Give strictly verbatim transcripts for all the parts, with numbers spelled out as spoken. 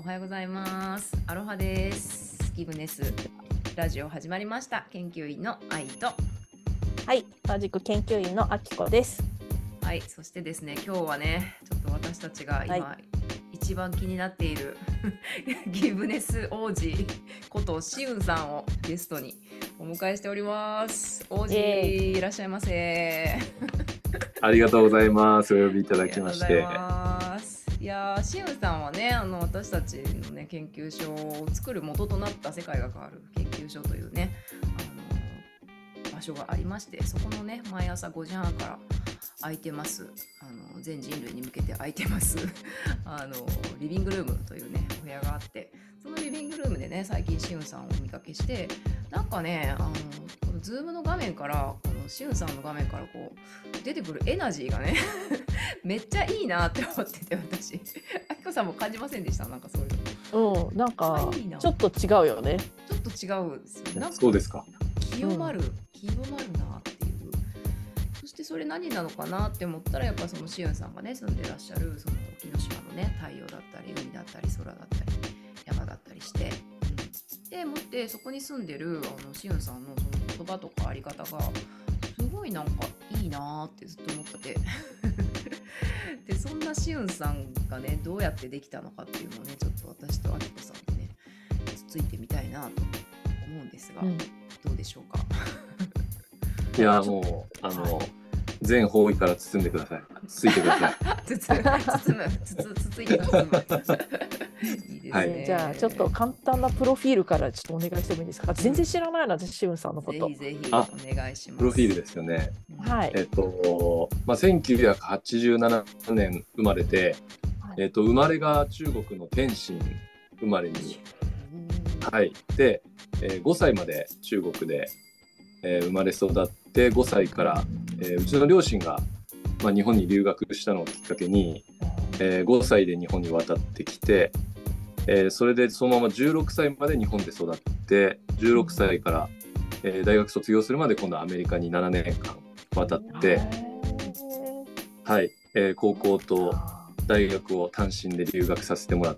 はようございます。アロハです。ギブネスラジオ始まりました。研究員の愛と、 はい、同じく研究員のあきこです。 はい、そしてですね、今日はね、ちょっと私たちが今、はい、一番気になっているギブネス王子ことしゅんさんをゲストにお迎えしております。王子、いらっしゃいませ。 ありがとうございます。お呼びいただきまして。 いやー、しゅんさんはね、あの私たちのね研究所を作る元となった世界が変わる研究所というね、あの場所がありまして、そこのね毎朝ごじはんから空いてます、あの全人類に向けて空いてますあのリビングルームというねお部屋があって、そのリビングルームでね最近しゅんさんをお見かけして、なんかね、あのこのズームの画面からこのしゅんさんの画面からこう出てくるエナジーがねめっちゃいいなって思ってて、私あきこさんも感じませんでした？なんかそういうの。うん、なんかちょっと違うよね。 ちょっと違うんですよ。なんかそうですか。 清まる、うん、清まるなっていう。そしてそれ何なのかなって思ったら、やっぱそのしゅんさんがね住んでらっしゃるその沖ノ島のね太陽だったり海だったり空だったり山だったりして、うん、でもってそこに住んでるあのしゅんさんのその言葉とかあり方がすごいなんかいいなってずっと思っててでそんなしゅんさんがねどうやってできたのかっていうのをねちょっと私とあきこさんでねつついてみたいなと思うんですが、うん、どうでしょうかいやもうあの全方位から包んでください。つついてください。 包む包むつつつついて包むいいですね、はい、 じゃあちょっと簡単なプロフィールからちょっとお願いしてもいいですか？全然知らないの私しゅんさんのこと。 ぜひぜひお願いします。 プロフィールですよね。 はい。 えっとまあせんきゅうひゃくはちじゅうななねん生まれて、はい、えっと生まれが中国の天津生まれに、はい。で、えー、ごさいまで中国で、えー、生まれ育ってごさいから、えー、うちの両親がまあ、日本に留学したのをきっかけに、えー、ごさいで日本に渡ってきて、えー、それでそのままじゅうろくさいまで日本で育ってじゅうろくさいから、えー、大学卒業するまで今度はアメリカにななねんかん渡って、はい、えー、高校と大学を単身で留学させてもらって、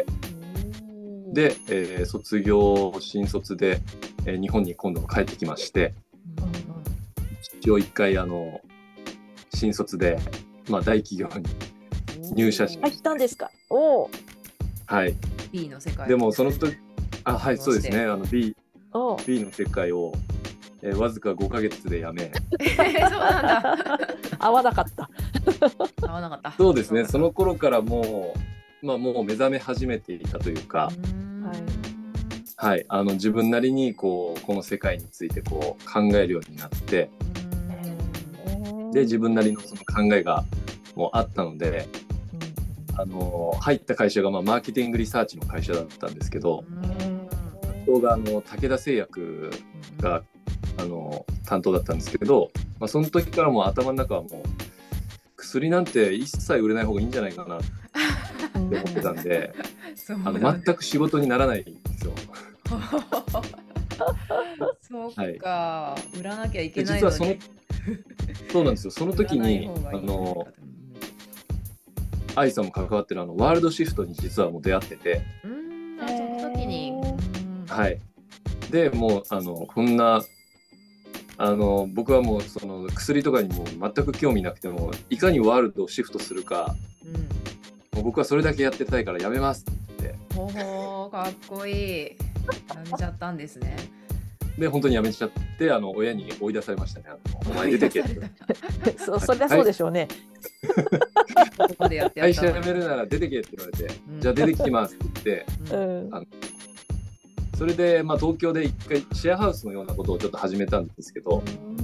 で、えー、卒業新卒で、えー、日本に今度帰ってきまして、一応一回あの新卒で、まあ、大企業に入社し入ったんですか？おー、 はい。 B の世界でもその時、あ、はい、そうですね。あの B、B の世界を、えー、わずかごかげつで辞め。 えー、そうなんだ。 合わなかった。 合わなかった。 そうですね。その頃からもう、まあもう目覚め始めていたというか、はい、はい、あの自分なりにこうこの世界についてこう考えるようになって。で自分なりのその考えがもうあったので、うん、あの入った会社がまあマーケティングリサーチの会社だったんですけど、担当があの武田製薬があの担当だったんですけど、まあ、その時からもう頭の中はもう薬なんて一切売れない方がいいんじゃないかなって思ってたんであの全く仕事にならないんですよ。 そうか、はい、売らなきゃいけないのに。 実はそのそうなんですよ。その時にいいあの愛さんも関わってるあのワールドシフトに実はもう出会ってて、 うーん、その時に、 はい。でもうあのこんなあの僕はもうその薬とかにも全く興味なくてもいかにワールドをシフトするか、うん、もう僕はそれだけやってたいからやめますって言って。 ほほー、かっこいい。やめちゃったんですね。 で本当に辞めちゃってあの親に追い出されましたね。あのお前出てけって。 そ, そりゃそうでしょうね。 会社辞めるなら出てけって言われて、うん、じゃあ出てきますって言って、うん、あのそれで、まあ、東京で一回シェアハウスのようなことをちょっと始めたんですけど、うん、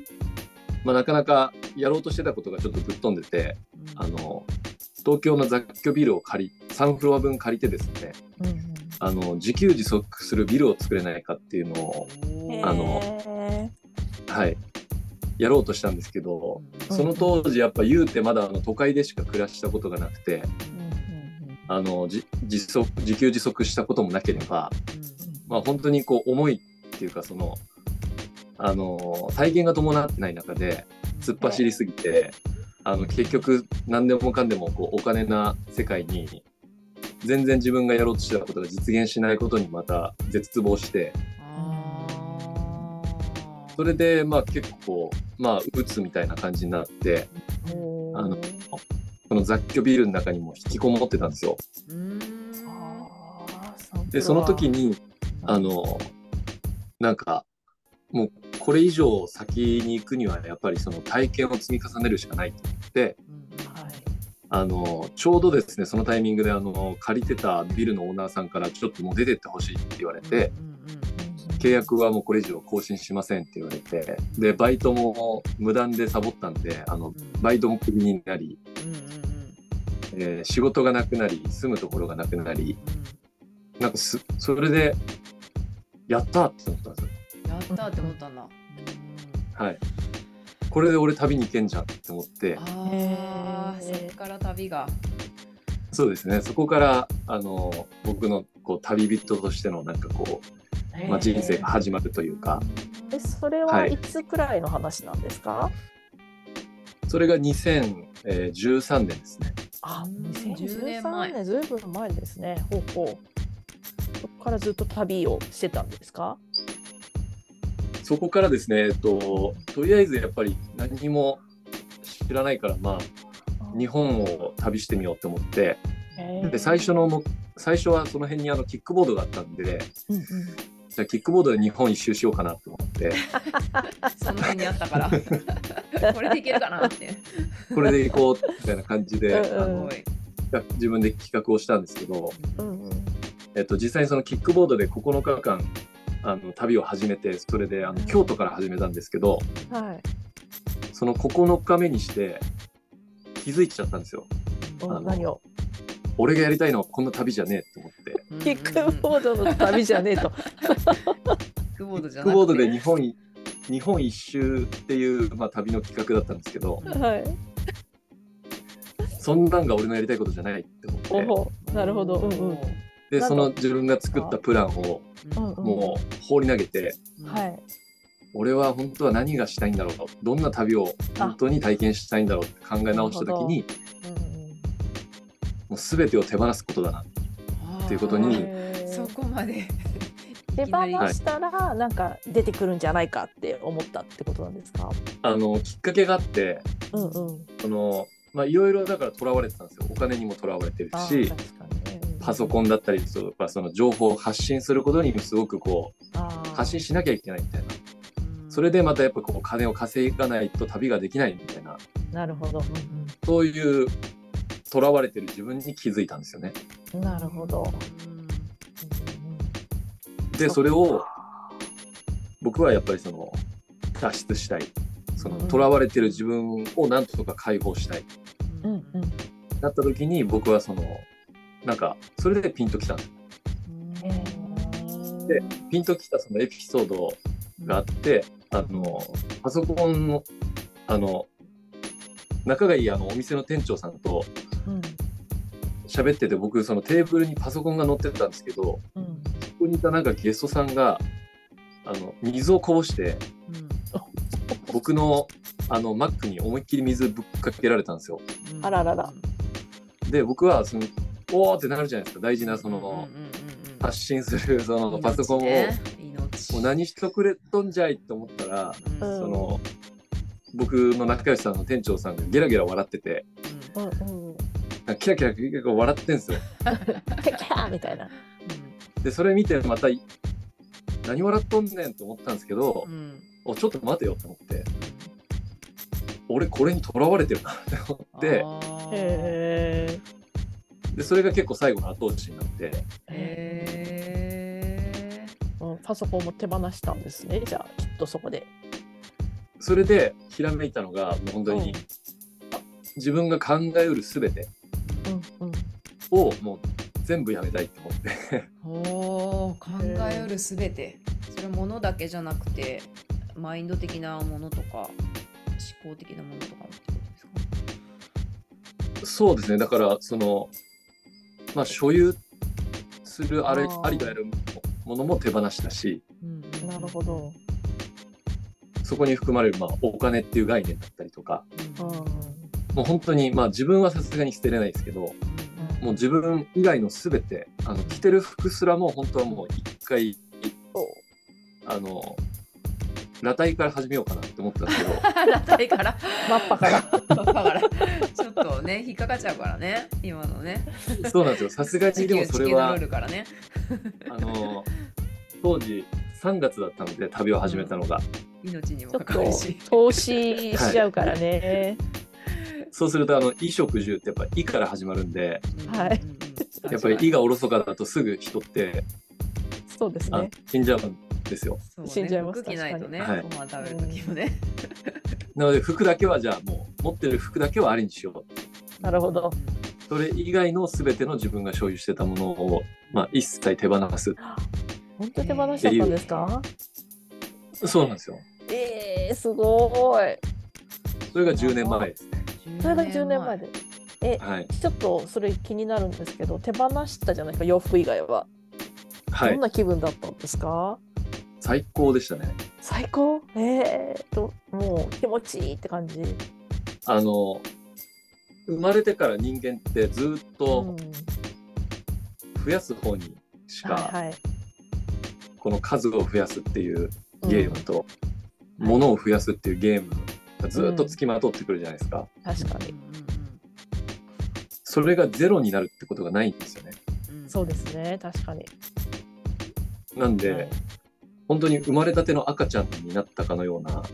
まあ、なかなかやろうとしてたことがちょっとぶっ飛んでて、うん、あの東京の雑居ビルを借りさんフロア分借りてですね、うん、あの自給自足するビルを作れないかっていうのをあの、はい、やろうとしたんですけど、その当時やっぱ言うてまだあの都会でしか暮らしたことがなくて、あの 自, 自, 足自給自足したこともなければ、まあ、本当にこう重いっていうかそのあの体験が伴ってない中で突っ走りすぎて、あの結局何でもかんでもこうお金な世界に全然自分がやろうとしてたことが実現しないことにまた絶望して、 あそれでまあ結構まあ鬱みたいな感じになって、 おあのこの雑居ビルの中にも引きこもってたんですよ。 ーうーんあーでその時にあのなんかもうこれ以上先に行くにはやっぱりその体験を積み重ねるしかないと思って、 うんはいあのちょうどですねそのタイミングであの借りてたビルのオーナーさんからちょっともう出てってほしいって言われて、 うんうん契約はもうこれ以上更新しませんって言われて、でバイトも無断でサボったんであのバイトもクビになり、 うんうんうんえー仕事がなくなり住むところがなくなり、なんかすそれでやったって思ったんですよ。 うんやったーって思ったんだ。うんはい、これで俺旅に行けんじゃんって思ってああ、 へーそっから旅が。 そうですねそこからあの僕のこう旅人としてのなんかこう、まあ、人生が始まるというか、 えそれはいつくらいの話なんですか？ それがにせんじゅうさんねんですね。 あ、 うんにせんじゅうじゅうねんさまえんねんずいぶん前ですね。ほうほう。そこからずっと旅をしてたんですか？ そこからですね、えっと、とりあえずやっぱり何も知らないからまあ日本を旅してみようと思ってで最初のも最初はその辺にあのキックボードがあったんで、 うんうん、 じゃあキックボードで日本一周しようかなと思ってその辺にあったからこれでいけるかなってこれで行こうみたいな感じでうんあのすごい。 自分で企画をしたんですけど、 うんうんえっと、実際にそのキックボードでここのかかんあの旅を始めてそれであの京都から始めたんですけどはい。 そのここのかめにして気づいちゃったんですよ。 おあの何を俺がやりたいのはこんな旅じゃねえって思ってキックボードの旅じゃねえと。 キックボードじキゃなくてックボードで日本い日本一周っていう、まあ、旅の企画だったんですけどはい。 そんなんが俺のやりたいことじゃないってお思ってお、なるほど。うんうん。 でなんだその自分が作ったプランをうんうん、 もう放り投げてはい。 俺は本当は何がしたいんだろうとどんな旅を本当に体験したいんだろうって考え直した時にうんうん、 もう全てを手放すことだなっていうことにへーそこまで手放いきなりしたらなんか出てくるんじゃないかって思ったってことなんですか？ あのきっかけがあってうんうん。 そのまあいろいろだからとらわれてたんですよ。お金にもとらわれてるあし確かにね、うんパソコンだったりとかその情報を発信することにすごくこうあー発信しなきゃいけないみたいなうんそれでまたやっぱこう金を稼がないと旅ができないみたいななるほど、 そういうとらわれてる自分に気づいたんですよね。 うん、なるほど。 でそれを僕はやっぱりその脱出したいそのとらわれてる自分をなんとか解放したいうんうんなった時に僕はそのなんかそれでピンときたんです。 へーでピンときたそのエピソードがあってあのパソコンのあの仲がいいあのお店の店長さんとうん喋ってて僕そのテーブルにパソコンが載ってたんですけどうんそこにいたなんかゲストさんがあの水をこぼして僕のあの Mac に思いっきり水ぶっかけられたんですよ。 あらららで僕はそのおーってなるじゃないですか大事なそのうんうんうんうん発信するそのパソコンを命ね命もう何しとくれとんじゃいと思ったらうんその僕の仲良しさんの店長さんがゲラゲラ笑っててうんうんなんかキラキラキラキラ笑ってんですよ。 キャキャーみたいな。 でそれ見てまた何笑っとんねんと思ったんですけど、 うんうんおちょっと待てよと思って俺これにとらわれてるなって思ってあーへでそれが結構最後の後押しになってへーうんパソコンも手放したんですね。じゃあきっとそこで。 それでひらめいたのがもう本当に、 うんあ自分が考えうる全てうんうんをもう全部やめたいと思ってーおー考えうるすべてそれは物だけじゃなくてマインド的なものとか思考的なものとかもってことですか？ そうですねだからそのまあ所有するあれあーありとあるものも手放したしうんうんなるほど。 そこに含まれるまあお金っていう概念だったりとかうんうんうんもう本当にまあ自分はさすがに捨てれないですけどうんもう自分以外のすべてあの着てる服すらも本当はもう一回あの裸体から始めようかなって思ったんですけど裸体からマッパからマッパからちょっとね引っかかっちゃうからね今のね。 そうなんですよ。さすがにでもそれは地球のルールからねあの当時さんがつだったので旅を始めたのが、 うん、命にもちょっかかるしと投資しちゃうからね、 そうするとあの衣食住ってやっぱ「い」から始まるんで、 はいうんうん、 やっぱり「い」がおろそかだとすぐ人ってそうですね。 死んじゃうんですよ。 そうね、 死んじゃいます服着ないとね、 はいご飯食べる時もね。 なので服だけはじゃあもう持ってる服だけはありにしよう。 なるほど。 それ以外の全ての自分が所有してたものを、まあ、一切手放す。 本当に手放しちゃったんですか？ そうなんですよ。 えー、すごい。 それがじゅうねんまえですね。 それがじゅうねんまえで。え、 はい。 ちょっとそれ気になるんですけど、手放したじゃないですか、洋服以外は。 はいどん。な気分だったんですか？ 最高でしたね。 最高？えーと、もう気持ちいいって感じ。 あの、生まれてから人間ってずっうとん、 増やす方にしか、 はいはい。 この数を増やすっていうゲームと、 うん物を増やすっていうゲームがずっとつきまとってくるじゃないですか。 確かに。 うんそれがゼロになるってことがないんですよね。 うんうん、 そうですね、確かに。 なんで、 はい本当に生まれたての赤ちゃんになったかのような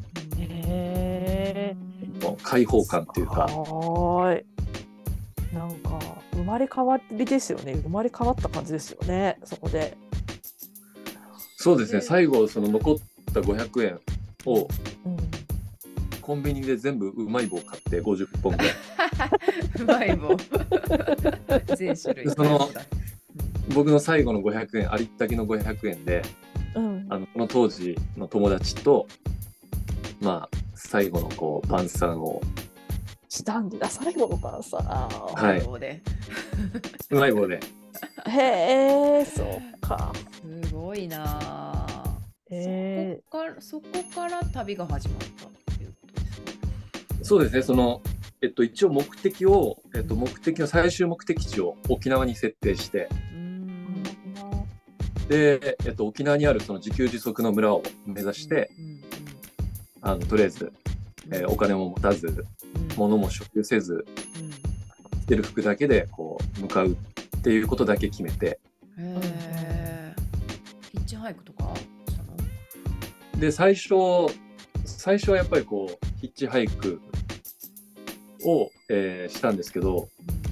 へ開放感っていうか、 はーい。なんか生まれ変わりですよね。生まれ変わった感じですよね。そこで。 そうですね、最後その残ったごひゃくえんをうん、 コンビニで全部うまい棒買ってごじゅっぽんぐらい。 うまい棒全種類その僕の最後のごひゃくえん、ありったけのごひゃくえんで、 うん、 あのこの当時の友達と、まあ、最後のこう晩餐をしたんだ。最後の晩さ。 はい棒でうまい棒で。 へえ、そうか。 すごいなあ。 えそこからそこから旅が始まったっていうことですか？ そうですね、その、えっと、一応目的を、えっと、目的の最終目的地を沖縄に設定して、 うーんで、えっと、沖縄にあるその自給自足の村を目指して、 うんうんあのとりあえず、 うんえーお金も持たず、 うん物も所有せず、 うん着てる服だけでこう向かうっていうことだけ決めて、 へえ。ヒッチハイクとかしたの？ で最初最初はやっぱりこうヒッチハイクを、えーしたんですけど、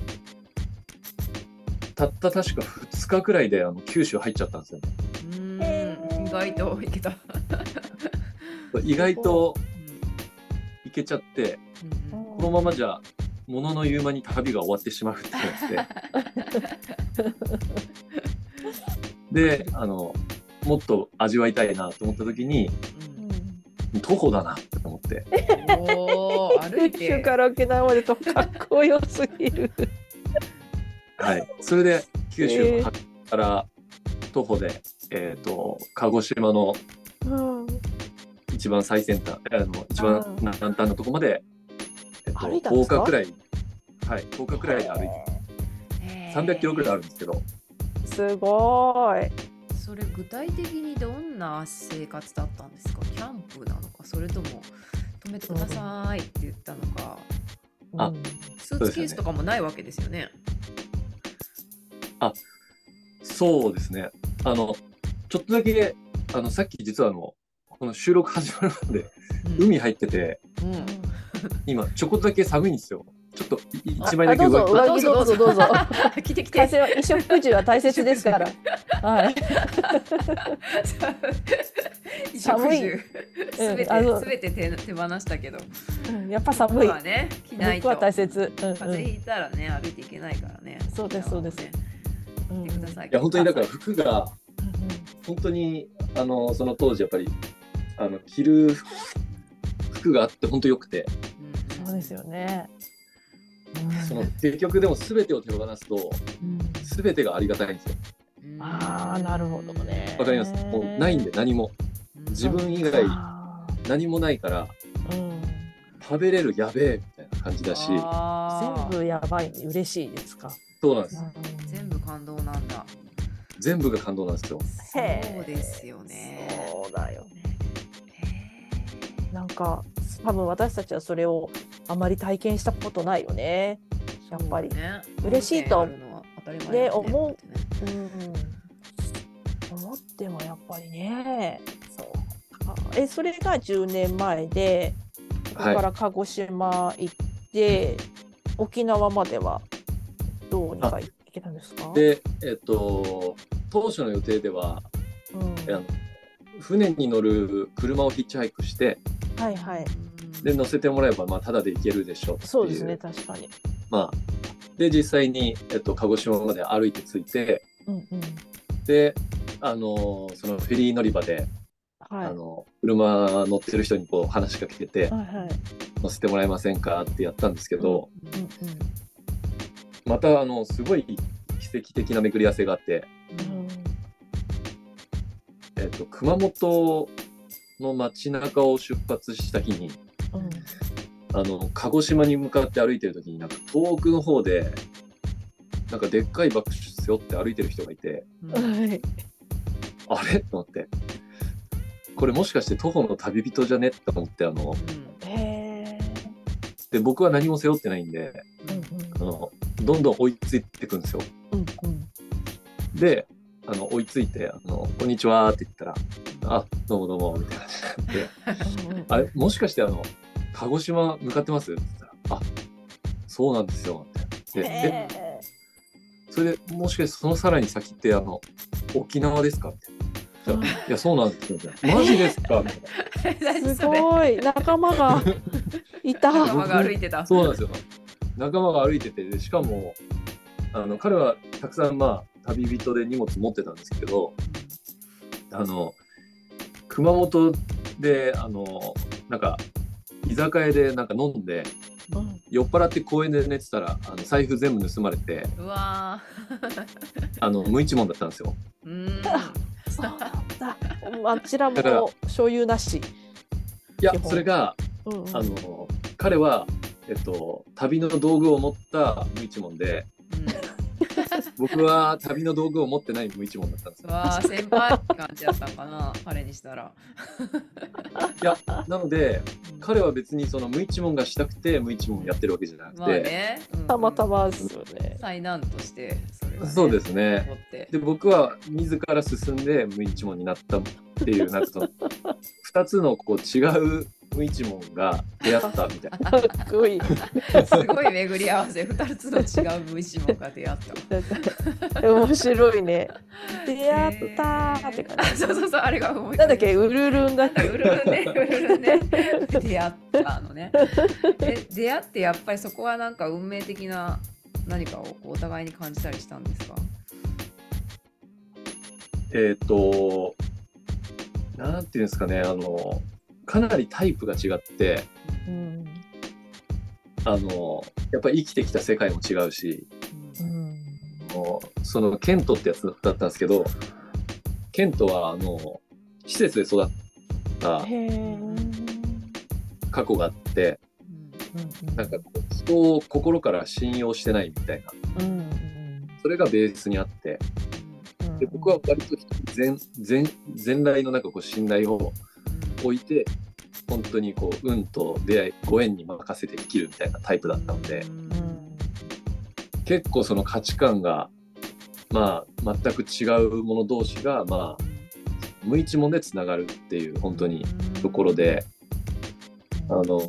たった確かふつかくらいであの九州入っちゃったんですよね。 うーへーん意外といけた。 意外とういけちゃって、 んうんこのままじゃものの言う間に旅が終わってしまうって思ってであのもっと味わいたいなと思った時にうん徒歩だなって思っておー歩い九州てから沖縄までとかっこよすぎる。 はい、それで九州の端から徒歩で、えー、と鹿児島のうん、 一番最先端あの一番うん南端のとこまで、えっと、10 歩いたんですか日くらい、はい、とおかくらいで歩いてさんびゃくキロくらいあるんですけど、 すごい。 それ具体的にどんな生活だったんですか？キャンプなのか、それとも止めてくださいって言ったのか、 あうんスーツケースとかもないわけですよね。 そうですね、あのちょっとだけあのさっき実はあのこの収録始まるまでうん海入ってて、 うん今ちょこっとだけ寒いんですよ。ちょっといあ一枚だけあどうぞ上着上着どうぞどうぞ。 来て来て風は衣食住は大切ですから。はい。寒いすべてあのすべて手手放したけど、 うんやっぱ寒い。 服はね着ないと服は大切。うんうん風邪ひいたらね歩いていけないからね。 そうですそうですねうん見てください。 いや本当にだから服がうん本当にあのその当時やっぱりあの着る服があって本当良くて、 うんそうですよね。 その結局でも全てを手放すとうん全てがありがたいんですよ。 うんああなるほどね。 わかります。もうないんで何も自分以外あ何もないからーうん食べれるやべえみたいな。 感じだし、 あ全部やばい、嬉しいですか。 そうなんです。 うん全部感動なんだ。 全部が感動なんですよ。 へーそうですよね。 そうだよね。 へなんか多分私たちはそれをあまり体験したことないよね。 ーやっぱり。 ね、 嬉しいとあるのは当たり前だよね。 ね思うだってねうん。思ってもやっぱりね。そうか。え、それがじゅうねんまえで、ここはいから鹿児島行って、沖縄まではどうにか行けたんですか？ で、えっと、当初の予定では、 うん、 あの船に乗る車をヒッチハイクして、 はいはい。 で乗せてもらえば、まあ、ただで行けるでしょっていう。 そうですね、確かに。 まあ、で実際に、えっと、鹿児島まで歩いて着いて、 うんうん。 で、あのそのフェリー乗り場で、 はい。 あの車乗ってる人にこう話しかけて、 はいはい。 乗せてもらえませんかってやったんですけど、 うんうん。 またあのすごい奇跡的な巡り合わせがあって、えっと、熊本の街中を出発した日に、 うんあの鹿児島に向かって歩いてる時に、なんか遠くの方でなんかでっかいバッグ背負って歩いてる人がいて、 うんはい。 あれと思って、これもしかして徒歩の旅人じゃねって思って、あのへで僕は何も背負ってないんで、 ー。うんうんあのどんどん追いついていくんですよ。 うんうんで、あの追いついて、あのこんにちはって言ったら、あ、どうもどうもみたいな感じで、 うんうんあれもしかしてあの鹿児島向かってますって言ったら、あ、そうなんですよって。で、え、 へそれでもしかしてそのさらに先ってあの沖縄ですかって。じゃあいやそうなんですよ。マジですかみたいな。 ーすごい仲間がいた。 仲間が歩いてた。 そうなんですよ。仲間が歩いてて、でしかもあの彼はたくさんまあ旅人で荷物持ってたんですけど、あの熊本であのなんか居酒屋でなんか飲んでうん酔っ払って公園で寝てたら、あの財布全部盗まれて、 うわあの無一文だったんですよ。 ー。うーん。 そうなんだ。あちらだからも所有なし。 いや基本それがうんうんあの彼は、えっと、旅の道具を持った無一文で、僕は旅の道具を持ってない無一文だったんですうよ。 わー、先輩って感じだったんかな、彼にしたら。 いやなので彼は別にその無一文がしたくて無一文やってるわけじゃなくて、 まあね、うんうんたまたまですよね。 災難としてそれが、ね、 そうですね。 起こってで僕は自ら進んで無一文になったっていう、なんかそのふたつのこう違う無一文が出会ったみたいな。 すごい。 すごい巡り合わせ、ふたつの違う無一文が出会ったわ。 面白いね。出会ったーって感じ。 あそうそうそう、あれが思いなんだっけ、ウルルンだっけ。 ウルルンね、ウルルンね、出会ったのね。え、出会ってやっぱりそこはなんか運命的な何かをこうお互いに感じたりしたんですか？ えっとなんていうんですかね、あのかなりタイプが違って、 うんあのやっぱり生きてきた世界も違うし、 うんもうそのケントってやつだったんですけど、ケントはあの施設で育ったへー過去があって、 うんなんかこう人を心から信用してないみたいな、 うんそれがベースにあって、 うんで僕は割と全全全来のなんかこう信頼を置いて、本当にこう運と出会いご縁に任せて生きるみたいなタイプだったので、 うん結構その価値観がまあ全く違う者同士がまあ無一文でつながるっていう本当にところで、あの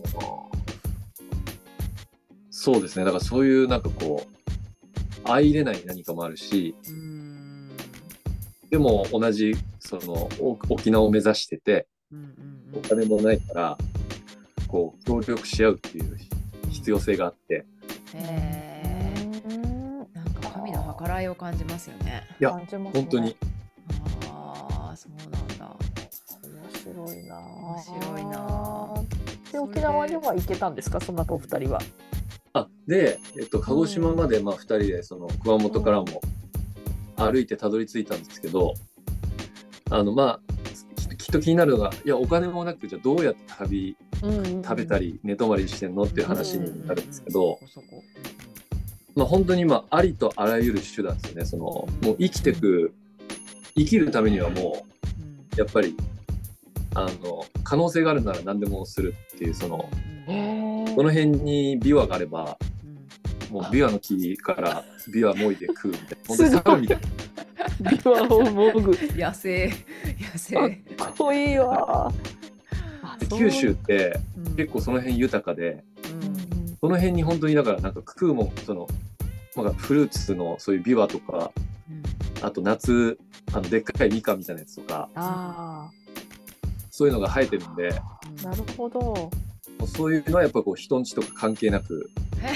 そうですね、だからそういうなんかこう相入れない何かもあるし、 うんでも同じそのお沖縄を目指しててうんうんお金もないからこう協力し合うっていう必要性があって、 へー、なんか神の計らいを感じますよね。 いや感じますね本当にああ、そうなんだ。 面白いな。 面白いな。 で沖縄には行けたんですか、その後お二人は。 あで、えっと、鹿児島までまあふたりでその熊本からも歩いてたどり着いたんですけど、あのまあきっと気になるのが、いやお金もなくじゃあどうやって旅食べたり寝泊まりしてんのっていう話になるんですけど、 そこそこまあ、本当にまあありとあらゆる手段ですよね。そのもう生きてく生きるためにはもうやっぱりあの可能性があるなら何でもするっていうそのこの辺にビワがあればもうビワの木からビワもいで食うみたいな本当に猿みたいなビワをもぐ野生野生かっこいいわ。 九州って結構その辺豊かで、その辺に本当にだからなんか食うもんそのなんかフルーツのそういうビワとか、あと夏あのでっかいみかんみたいなやつとか、 あそういうのが生えてるんで、 なるほど。もうそういうのはやっぱこう人んちとか関係なく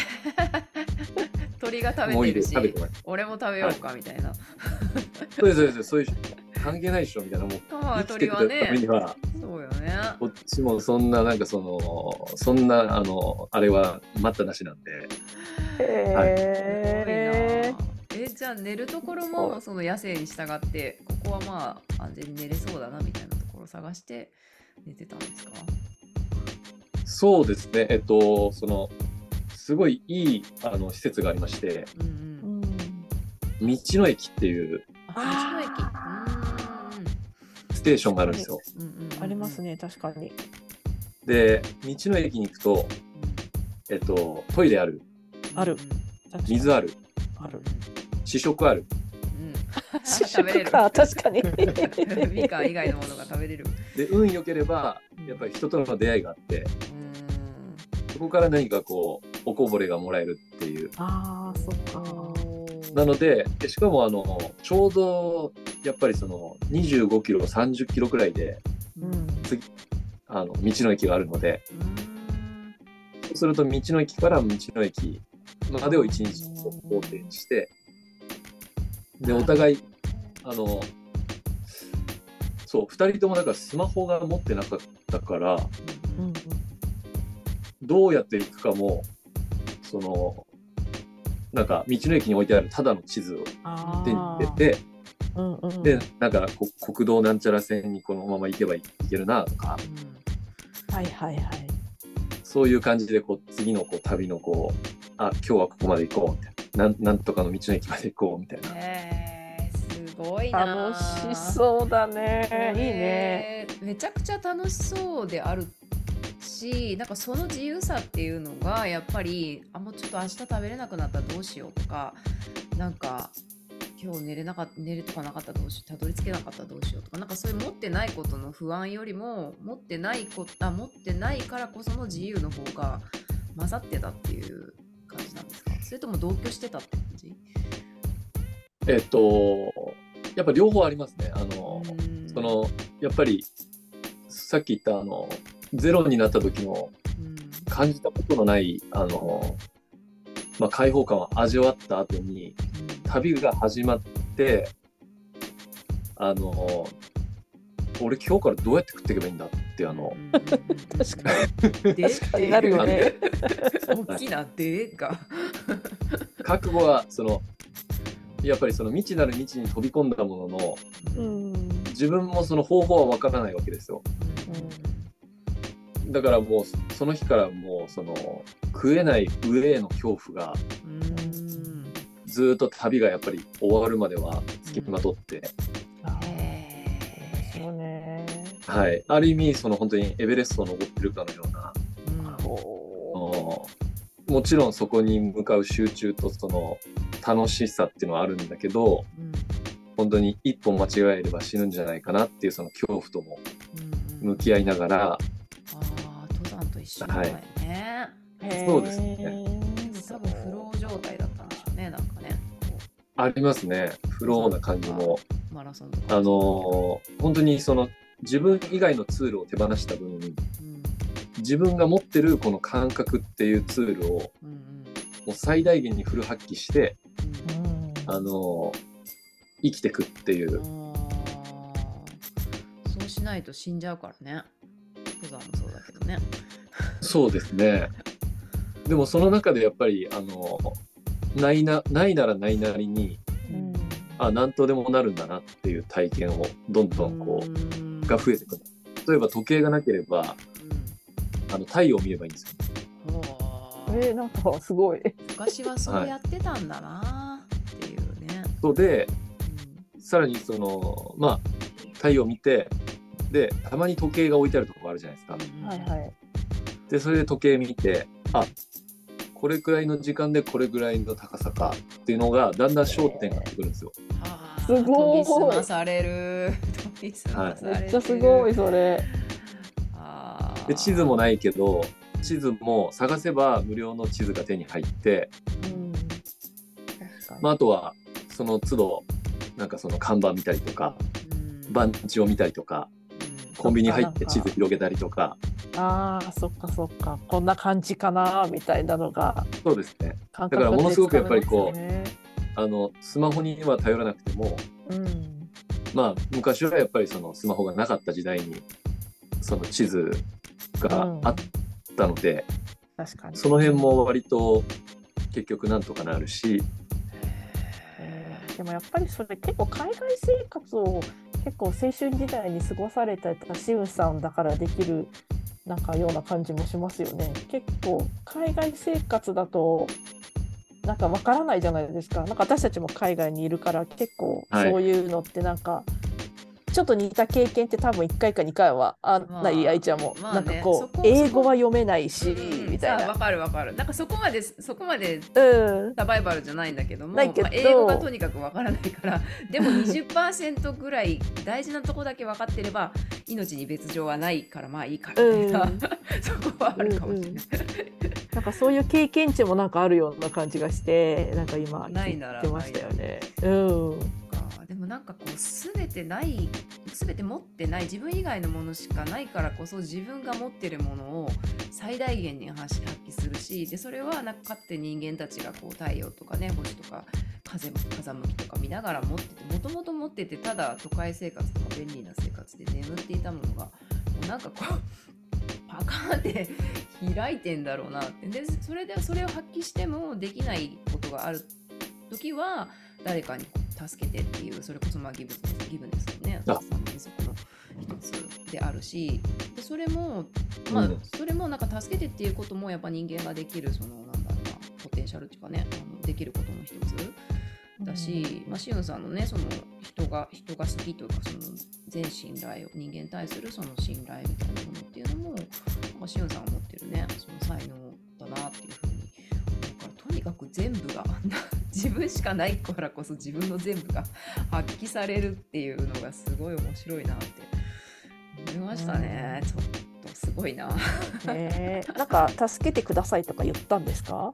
鳥が食べてるし俺も食べようかみたいな、はい、 そうですそうですそういう関係ないでしょみたいなもう生きていくためにはそうよねこっちもそんななんかそのそんなあのあれは待ったなしなんでへー、 はい、えじゃあ寝るところもその野生に従ってここはまあ安全に寝れそうだなみたいなところを探して寝てたんですか？ そうですねえっとそのすごいいいあの施設がありまして、うんうん、道の駅っていう道の駅ステーションがあるんですよ。 うんうん、ありますね確かに。 で道の駅に行くと、えっと、トイレあるある水あるある試食ある、 うん、食べれるか確かにみかん以外のものが食べれるで運良ければやっぱり人との出会いがあって、うん、そこから何かこうおこぼれがもらえるっていう。 あーそっか。 なので、でしかもあのちょうどやっぱりそのにじゅうごキロさんじゅっキロくらいで、うん、次あの道の駅があるので、うん、そうすると道の駅から道の駅までをいちにち行程にして、でお互いあのそうふたりともだからスマホが持ってなかったから、うん、どうやって行くかもそのなんか道の駅に置いてあるただの地図を手に入れて、うんうん、でなんか国道なんちゃら線にこのまま行けばいけるなとか、 うん、はいはいはいそういう感じでこう次のこう旅のこうあ今日はここまで行こうみたいな な, なんとかの道の駅まで行こうみたいな、 えー、すごいな楽しそうだね、えー、いいねめちゃくちゃ楽しそうであるしなんかその自由さっていうのがやっぱりあもうちょっと明日食べれなくなったらどうしようとかなんか今日寝れなかった寝れとかなかったらどうしようたどり着けなかったらどうしようとかなんかそういう持ってないことの不安よりも持ってないことあ持ってないからこその自由の方が混ざってたっていう感じなんですか？それとも同居してたって感じ？ えっとやっぱ両方ありますね。あのそのやっぱりさっき言ったあのゼロになった時の感じたことのないあの、まあ、解放感を味わった後に旅が始まってあの俺今日からどうやって食っていけばいいんだってあの確かに確かになるよね大きなでが覚悟はそのやっぱりその未知なる未知に飛び込んだものの、うん、自分もその方法は分からないわけですよ、うん、だからもうその日からもうその食えない上への恐怖が、うん、ずっと旅がやっぱり終わるまでは付きまとって、うん、 そうね、 はい、ある意味その本当にエベレストを登ってるかのような、うん、もちろんそこに向かう集中とその楽しさっていうのはあるんだけど、うん、本当に一歩間違えれば死ぬんじゃないかなっていうその恐怖とも向き合いながら、うんうん、あ登山と一緒だよね、 はい、そうですね。 多分フロー状態だったんでしょうね。なんかねありますね。フローな感じもマラソンとかあのー、本当にその自分以外のツールを手放した分、うん、自分が持ってるこの感覚っていうツールを、うんうん、もう最大限にフル発揮して、うん、あのー、生きてくっていう。 そうしないと死んじゃうからね。登山もそうだけどね。 そうですね。でもその中でやっぱりあのないなないならないなりに、うん、あ何とでもなるんだなっていう体験をどんどんこうが増えてくる。例えば時計がなければ、 あの太陽を見ればいいんですよ。 ほえー、なんかすごい。 昔はそうやってたんだなっていうね。 そうで、 うんさらにそのまあ太陽を見て、でたまに時計が置いてあるところあるじゃないですか。 はいはい。 でそれで時計見て、あ、これくらいの時間でこれぐらいの高さかっていうのがだんだん焦点が出てくるんですよ。 はあ、 すごい研ぎ澄まされる。研ぎ澄まされる。 めっちゃすごいそれ。 あーで地図もないけど、地図も探せば無料の地図が手に入って、 うん。確かに。 まあ、あとはその都度なんかその看板見たりとか、 うん番地を見たりとか、コンビニ入って地図広げたりとか。 ああ、そっかそっか。こんな感じかなみたいなのが。 そうですね。 だからものすごくやっぱりこう、あのスマホには頼らなくても、 うん、 まあ昔はやっぱりそのスマホがなかった時代にその地図があったので、 うん、確かにその辺も割と結局なんとかなるし、 えー、でもやっぱりそれ結構海外生活を結構青春時代に過ごされたシウンさんだからできるなんかような感じもしますよね。結構海外生活だとなんかわからないじゃないですか。なんか私たちも海外にいるから結構そういうのってなんか、はい、ちょっと似た経験って多分いっかいかにかいはあんない、まあ、愛ちゃんも、まあね、なんかこうこ英語は読めないし、うん、みたいな。 わかるわかる。なんかそこまでそこまでサバイバルじゃないんだけども、 うんけどまあ、英語がとにかくわからないからでも にじゅっパーセント ぐらい大事なとこだけ分かってれば命に別状はないからまあいいかみたいな、うん、そこはあるかもしれない、うんうん、 なんかそういう経験値もなんかあるような感じがしてなんか今ないなら言ってましたよね。うん、 でもなんかこう全てない全て持ってない自分以外のものしかないからこそ自分が持ってるものを最大限に発揮するし、でそれはなんかかって人間たちがこう太陽とかね星とか風風向きとか見ながら持っててもともと持っててただ都会生活とか便利な生活で眠っていたものがもうなんかこうパカーンって開いてんだろうなって。でそれでそれを発揮してもできないことがある時は誰かに助けてっていう、それこそまあギブギブネスのね、原則の一つであるし、でそれもまあ、うん、それもなんか助けてっていうこともやっぱ人間ができるそのなんだろうなポテンシャルっていうかね、あのできることの一つだし、うん、まあシウンさんのねその人が人が好きというかその全信頼を人間に対するその信頼みたいなものっていうのも、まあ、シウンさんが持ってるねその才能だなっていうふうに思うから、とにかく全部が自分しかないからこそ自分の全部が発揮されるっていうのがすごい面白いなって思いましたね、うん、ちょっとすごいな、 えー、なんか助けてくださいとか言ったんですか？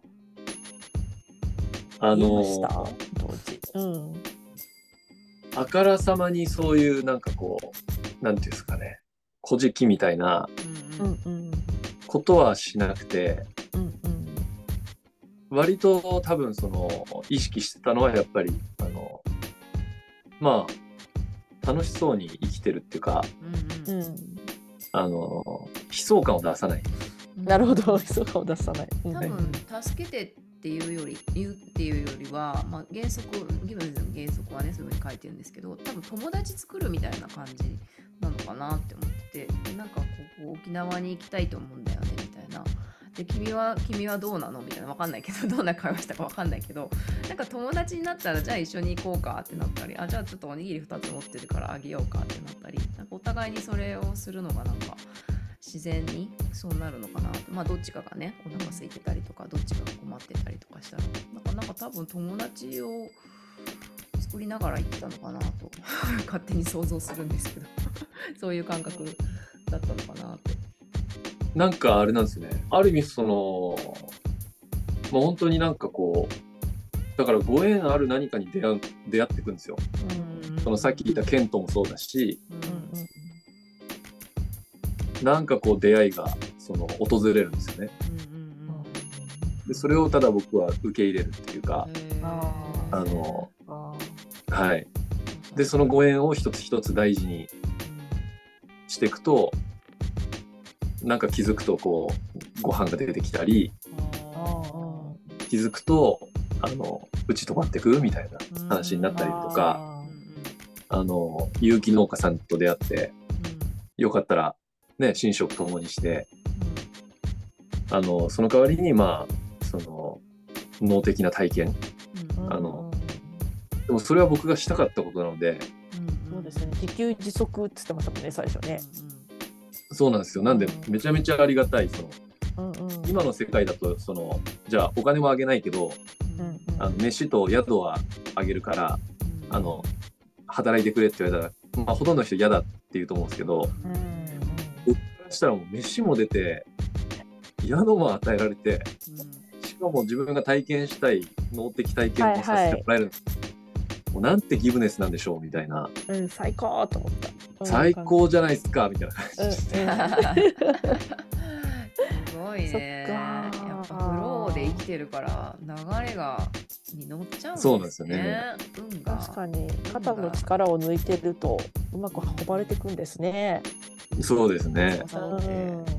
あの言いました当時、うん、 あからさまにそういうなんかこうなんていうんですかね、小じきみたいなことはしなくて、うんうん、割と多分その意識してたのはやっぱりあのまあ楽しそうに生きてるっていうか、うんうん、あの悲壮感を出さない。 なるほど、悲壮感を出さない。 多分助けてっていうより言うっていうよりは、まあ、原則ギブネスの原則はねそういうふうに書いてるんですけど、多分友達作るみたいな感じなのかなって思って、なんかここ沖縄に行きたいと思うんだよねみたいな。で君は君はどうなのみたいな、分かんないけどどんな会話したか分かんないけど、なんか友達になったらじゃあ一緒に行こうかってなったり、あじゃあちょっとおにぎりふたつ持ってるからあげようかってなったり、なんかお互いにそれをするのがなんか自然にそうなるのかな。まあどっちかがねお腹空いてたりとかどっちかが困ってたりとかしたらなんかなんか多分友達を作りながら行ってたのかなと勝手に想像するんですけどそういう感覚だったのかなって。 なんかあれなんですね、ある意味そのまあ本当になんかこうだからご縁ある何かに出会う出会っていくんですよ。うん、そのさっき言ったケントもそうだし、うん、なんかこう出会いがその訪れるんですよね。でそれをただ僕は受け入れるっていうか、あのはい。でそのご縁を一つ一つ大事にしていくと。なんか気づくとこうご飯が出てきたり、気づくとあのうち泊まってくみたいな話になったりとか、あの有機農家さんと出会って、よかったらね寝食ともにしてあのその代わりにまあその脳的な体験、 うんあのでもそれは僕がしたかったことなので、 そうですね、自給自足って言ってましたもんね最初ね。 そうなんですよ。なんでめちゃめちゃありがたい。その、 うんうん、 今の世界だとそのじゃあお金もあげないけど、 うんうん、 あの飯と宿はあげるからあの働いてくれって言われたら、まあ、ほとんどの人嫌だって言うと思うんですけど、 うんうん、 僕からしたらもう飯も出て宿も与えられて、しかも自分が体験したい脳的体験もさせてもらえる、はいはい、もうなんてギブネスなんでしょうみたいな、 うん、最高と思った。 最高じゃないですかみたいな感じで、 うんうん、 すごいね。やっぱフローで生きてるから流れがに乗っちゃうんですね。 そうなんですよね。 運が確かに肩の力を抜いてるとうまく運ばれていくんですね。 そうですね。 うん、